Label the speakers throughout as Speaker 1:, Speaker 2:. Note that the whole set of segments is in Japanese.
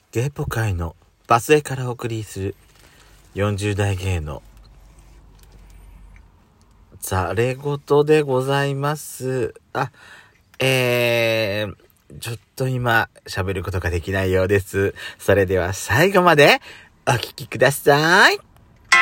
Speaker 1: ゲイポ界のバスへからお送りする40代芸のざれ言でございます。ちょっと今喋ることができないようです。それでは最後までお聞きください。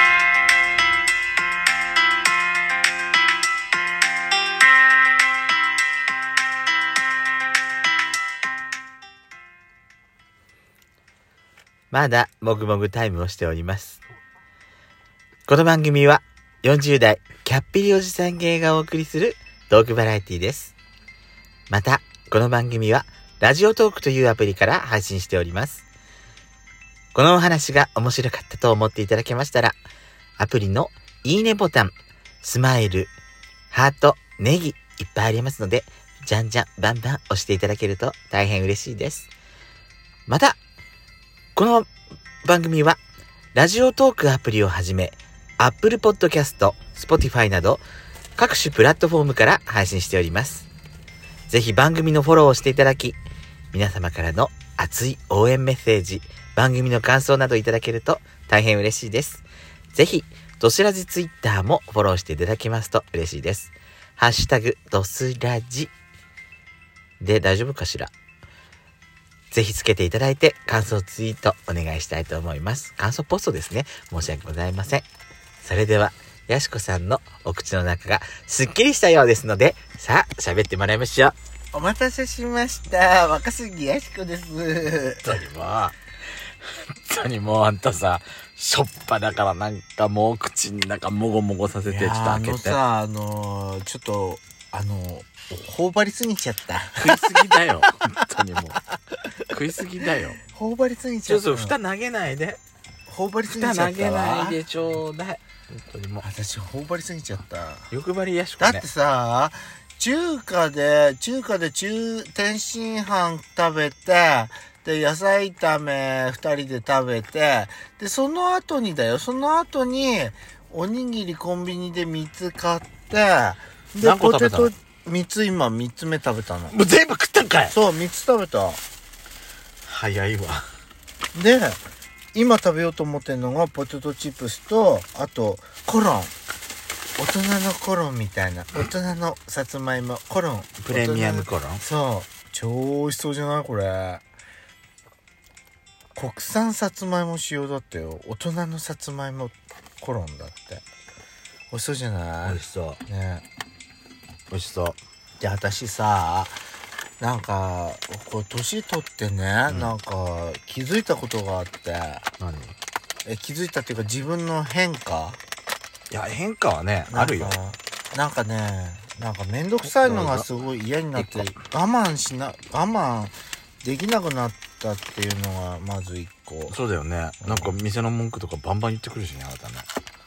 Speaker 1: まだもぐもぐタイムをしております。この番組は40代キャッピリおじさん芸がお送りするトークバラエティです。またこの番組はラジオトークというアプリから配信しております。このお話が面白かったと思っていただけましたら、アプリのいいねボタン、スマイル、ハート、ネギいっぱいありますので、じゃんじゃんバンバン押していただけると大変嬉しいです。またこの番組はラジオトークアプリをはじめ Apple Podcast、Spotify など各種プラットフォームから配信しております。ぜひ番組のフォローをしていただき、皆様からの熱い応援メッセージ、番組の感想などいただけると大変嬉しいです。ぜひドスラジツイッターもフォローしていただけますと嬉しいです。ハッシュタグドスラジで大丈夫かしら。ぜひつけていただいて感想ツイートお願いしたいと思います。感想ポストですね。申し訳ございません。それではやしこさんのお口の中がすっきりしたようですので、さあ喋ってもらいましょう。
Speaker 2: お待たせしました。若杉やしこです。
Speaker 1: 本当にもうあんたさ、しょっぱだからなんかもう口の中もごもごさせてちょっと開けて。
Speaker 2: ちょっと頬張りすぎちゃった。
Speaker 1: 食いすぎだよ。本当にもう食いすぎだよ。
Speaker 2: 頬張りすぎちゃった。
Speaker 1: ちょっと蓋投げないで。
Speaker 2: 頬張りすぎちゃったわ。
Speaker 1: 蓋投げないでちょうだい。本当にもう
Speaker 2: 私頬張りすぎちゃった。
Speaker 1: 欲張りやしこね。
Speaker 2: だってさ、中華で天津飯食べて、で野菜炒め2人で食べて、でその後におにぎりコンビニで3つ買って、で
Speaker 1: 何個食べたの？
Speaker 2: 3つ今3つ目食べたの。
Speaker 1: もう全部食ったんかい。
Speaker 2: そう、3つ食べた。
Speaker 1: 早いわ。
Speaker 2: で今食べようと思ってるのがポテトチップスと、あとコロン、大人のコロンみたいな、大人のさつまいもコロン、
Speaker 1: プレミアムコロン。
Speaker 2: そう、超美味しそうじゃないこれ。国産さつまいも仕様だったよ。大人のさつまいもコロンだって。美味しそうじゃない？
Speaker 1: 美味しそう
Speaker 2: ね。
Speaker 1: 美味しそう。
Speaker 2: で私さ、なんかこう年取ってね、なんか気づいたことがあって。
Speaker 1: 何？
Speaker 2: 気づいたっていうか自分の変化。
Speaker 1: いや変化はねあるよ。
Speaker 2: なんかめんどくさいのがすごい嫌になって、我慢できなくなったっていうのがまず一個。
Speaker 1: そうだよね、なんか店の文句とかバンバン言ってくるしね、あなたね。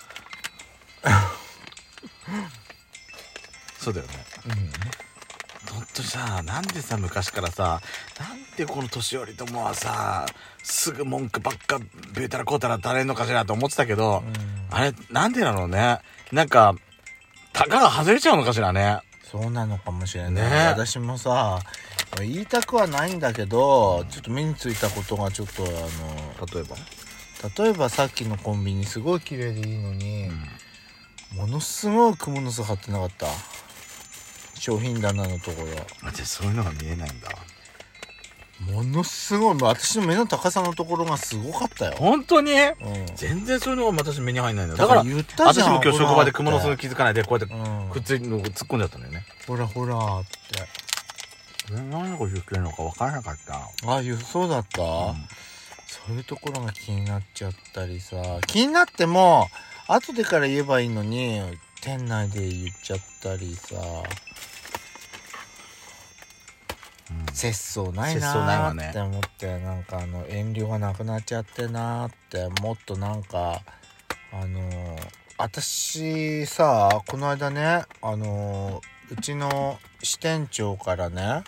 Speaker 1: そうだよね。ほんとさ、なんでさ昔からさ、なんでこの年寄りともはさすぐ文句ばっかベータラコータラ垂れんのかしらと思ってたけど、あれなんでなのね。なんかタガが外れちゃうのかしらね。
Speaker 2: そうなのかもしれないね。私もさ言いたくはないんだけど、ちょっと目についたことがちょっと例えばさっきのコンビニすごい綺麗でいいのに、ものすごい蜘蛛の巣張ってなかった？商品棚のところ。
Speaker 1: じゃあそういうのが見えないんだ。
Speaker 2: ものすごい、私の目の高さのところがすごかったよ。
Speaker 1: 本当に？全然そういうのが私目に入んないんだよ。
Speaker 2: だから言ったじゃん。
Speaker 1: 私も今日職場で蜘蛛の巣気づかないでこうやってくっついの突っ込んじゃったんだよね。
Speaker 2: ほらほらって。
Speaker 1: 何個言ってるのか分からなかった。
Speaker 2: そうだった、そういうところが気になっちゃったりさ、気になっても後でから言えばいいのに店内で言っちゃったりさ、節操ないなーって思って、なんか遠慮がなくなっちゃってなーって。もっとなんか私さ、この間ねうちの支店長からね、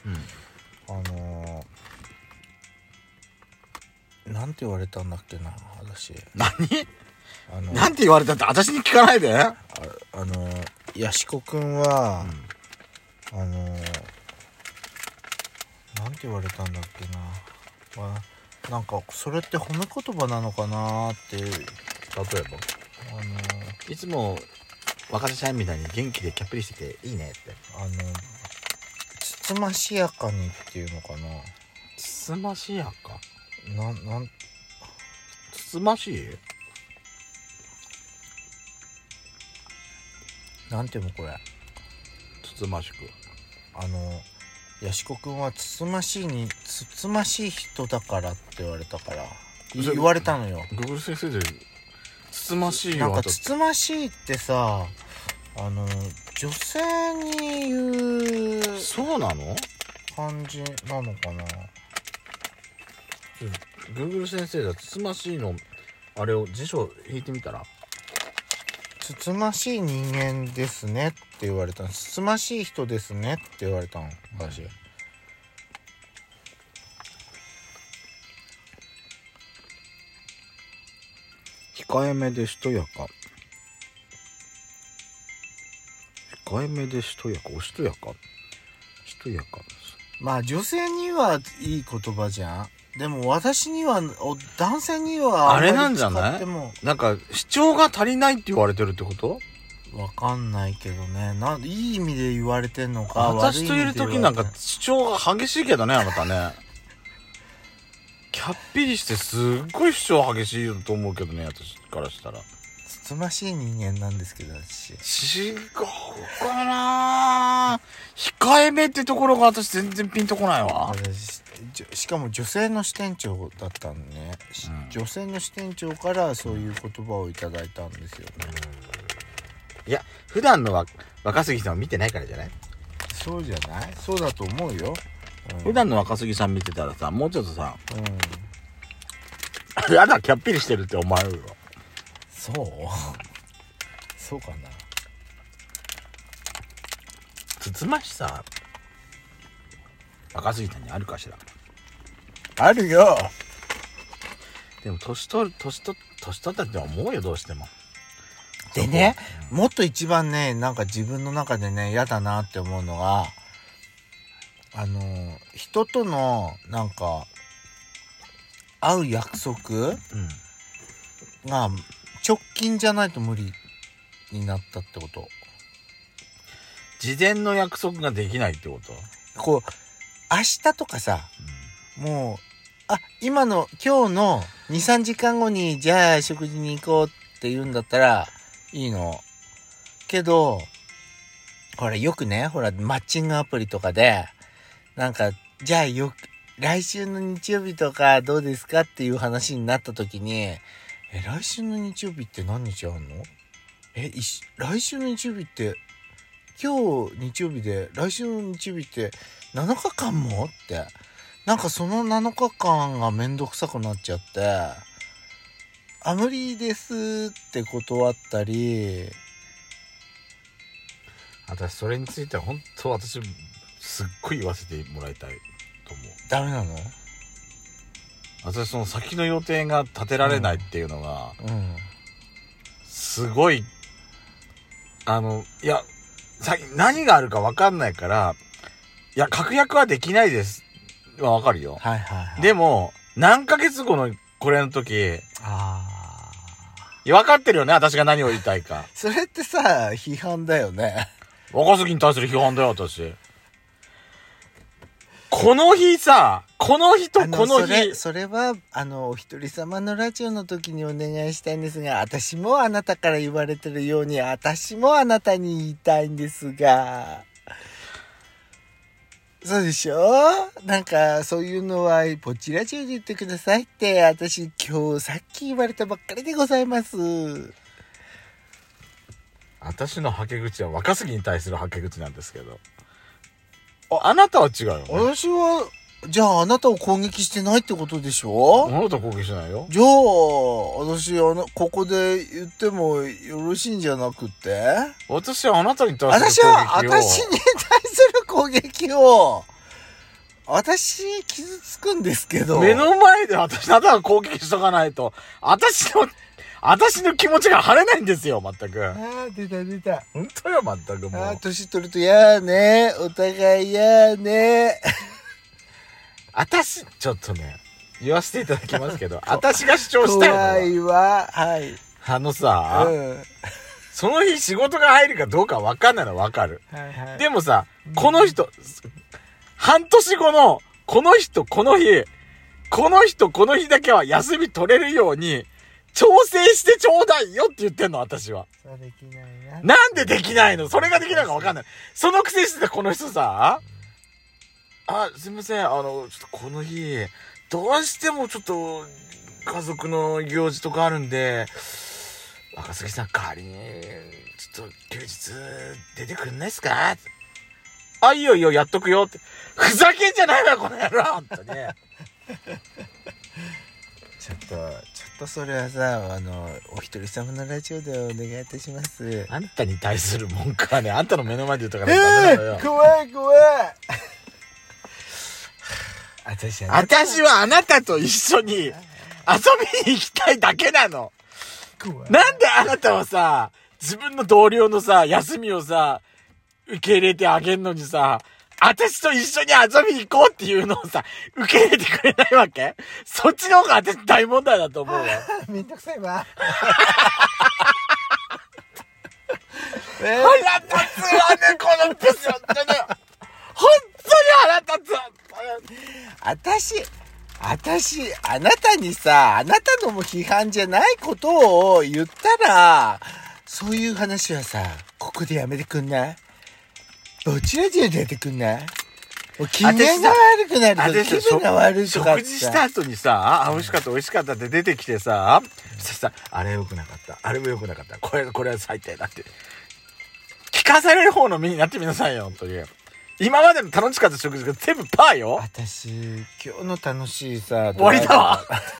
Speaker 2: なんて言われたんだっけな、私。
Speaker 1: なんて言われたって私に聞かないで。
Speaker 2: やしこくんは、なんて言われたんだっけな。 なんかそれって褒め言葉なのかなって。例えば
Speaker 1: いつも若手社員みたいに元気でキャップリしてていいねって。
Speaker 2: つつましやかにっていうのかな。
Speaker 1: つつましやか。つつましい？
Speaker 2: なんていうのこれ。
Speaker 1: つつましく。
Speaker 2: やしこくんはつつましい人だからって言われたから言われたのよ。
Speaker 1: グーグル先生でつつましい
Speaker 2: なんかつつましいってさ、女性に言う
Speaker 1: そうなの
Speaker 2: 感じなのかな。
Speaker 1: グーグル先生だつつましいのあれを辞書引いてみたら、
Speaker 2: つつましい人間ですねって言われたの。つつましい人ですねって言われたの私。
Speaker 1: 控えめでしとやか。控えめでしとやか。おしとやか。しとやか。
Speaker 2: まあ女性にはいい言葉じゃん。でも私には男性には
Speaker 1: あれなんじゃない？なんか主張が足りないって言われてるってこと？
Speaker 2: わかんないけどね。いい意味で言われてんのか。
Speaker 1: 私といる時なんか主張が激しいけどね、あなたね。キャッピリしてすっごい主張激しいと思うけどね、私からしたら。
Speaker 2: つつましい人間なんですけど、私。
Speaker 1: 違うかな。控えめってところが私全然ピンとこないわ。
Speaker 2: しかも女性の支店長だったのね、女性の支店長からそういう言葉をいただいたんですよね。
Speaker 1: いや普段の若杉さんを見てないからじゃない？
Speaker 2: そうじゃない？そうだと思うよ、
Speaker 1: 普段の若杉さん見てたらさ、もうちょっとさ、やだキャッピリしてるって思われるよ。
Speaker 2: そうかな。
Speaker 1: つつましさ若杉さんにあるかしら？
Speaker 2: あるよ。
Speaker 1: でも年取ったって思うよ、どうしても。
Speaker 2: でね、もっと一番ね、なんか自分の中でね嫌だなって思うのが、人とのなんか会う約束が直近じゃないと無理になったってこと。
Speaker 1: 事前の約束ができないってこと？
Speaker 2: こう明日とかさ、もう今日の 2,3 時間後にじゃあ食事に行こうって言うんだったらいいのけど、ほらよくね、ほらマッチングアプリとかでなんかじゃあ来週の日曜日とかどうですかっていう話になった時に、来週の日曜日って何日あんの？来週の日曜日って今日日曜日で来週の日曜日って7日間もって、なんかその7日間がめんどくさくなっちゃって、無理ですって断ったり。
Speaker 1: 私それについては本当私すっごい言わせてもらいたいと思う。ダメなの？私その先の予定が立てられないっていうのが、すごいいや何があるか分かんないから、いや確約はできないですは分かるよ。でも何ヶ月後のこれの時、分かってるよね、私が何を言いたいか。
Speaker 2: それってさ批判だよね。
Speaker 1: 若杉に対する批判だよ私。この日さ、この日とこの日。
Speaker 2: それはお一人様のラジオの時にお願いしたいんですが、私もあなたから言われてるように私もあなたに言いたいんですが。そうでしょ？なんかそういうのはポチラジオで言ってくださいって私今日さっき言われたばっかりでございます。
Speaker 1: 私のはけ口は若杉に対するはけ口なんですけど、あなたは違うよね。
Speaker 2: 私はじゃああなたを攻撃してないってことでしょ？
Speaker 1: あなたは攻撃してないよ。
Speaker 2: じゃあ私ここで言ってもよろしいんじゃなくて、
Speaker 1: 私はあなたに対する攻撃を、
Speaker 2: 私に対する攻撃を私傷つくんですけど、
Speaker 1: 目の前であなたが攻撃しとかないと私の気持ちが晴れないんですよ、全く。
Speaker 2: 出た。
Speaker 1: 本当よ、全くもう。
Speaker 2: 年取るとやーね、お互いやーね。
Speaker 1: 私、ちょっとね、 言わせていただきますけど、私が主張したいのは、
Speaker 2: 怖いわ。はい。
Speaker 1: さ、その日仕事が入るかどうか分かんないのは分かる。
Speaker 2: はいはい、
Speaker 1: でもさ、この人、半年後の、この人、この日だけは休み取れるように、調整してちょうだいよって言ってんの、私は。
Speaker 2: それできない
Speaker 1: な
Speaker 2: な。
Speaker 1: んでできないの？それができないのか分かんない。そのくせしてたこの人さ、すいません、ちょっとこの日、どうしてもちょっと、家族の行事とかあるんで、若杉さん代わりに、ちょっと休日出てくんないっすか？いいよいいよ、やっとくよって。ふざけんじゃないわよ、この野郎！ほんとに。
Speaker 2: ちょっとそれはさ、お一人様のラジオでお願いいたします。
Speaker 1: あんたに対する文句はね、あんたの目の前で言うとからダメなのよ。
Speaker 2: 怖い。
Speaker 1: 私はあなたと一緒に遊びに行きたいだけなの。なんであなたはさ、自分の同僚のさ、休みをさ、受け入れてあげんのにさ、私と一緒に遊びに行こうっていうのをさ、受け入れてくれないわけ？そっちの方が私大問題だと思うわ。
Speaker 2: めんどくさいわ。
Speaker 1: 腹立つわね、このブス。本当に腹立つわ。
Speaker 2: 私、あなたにさ、あなたのも批判じゃないことを言ったら、そういう話はさ、ここでやめてくんない？ぼちらじで出てくんない？もう機嫌が悪くなると気分が悪いとかって
Speaker 1: 食事した後にさ、美味しかったって出てきてさ、あれ良くなかった。あれも良くなかった。これは最低だって。聞かされる方の身になってみなさいよ、本当に。今までの楽しかった食事が全部パーよ。
Speaker 2: 私、今日の楽しいさ、
Speaker 1: 終わりだわ。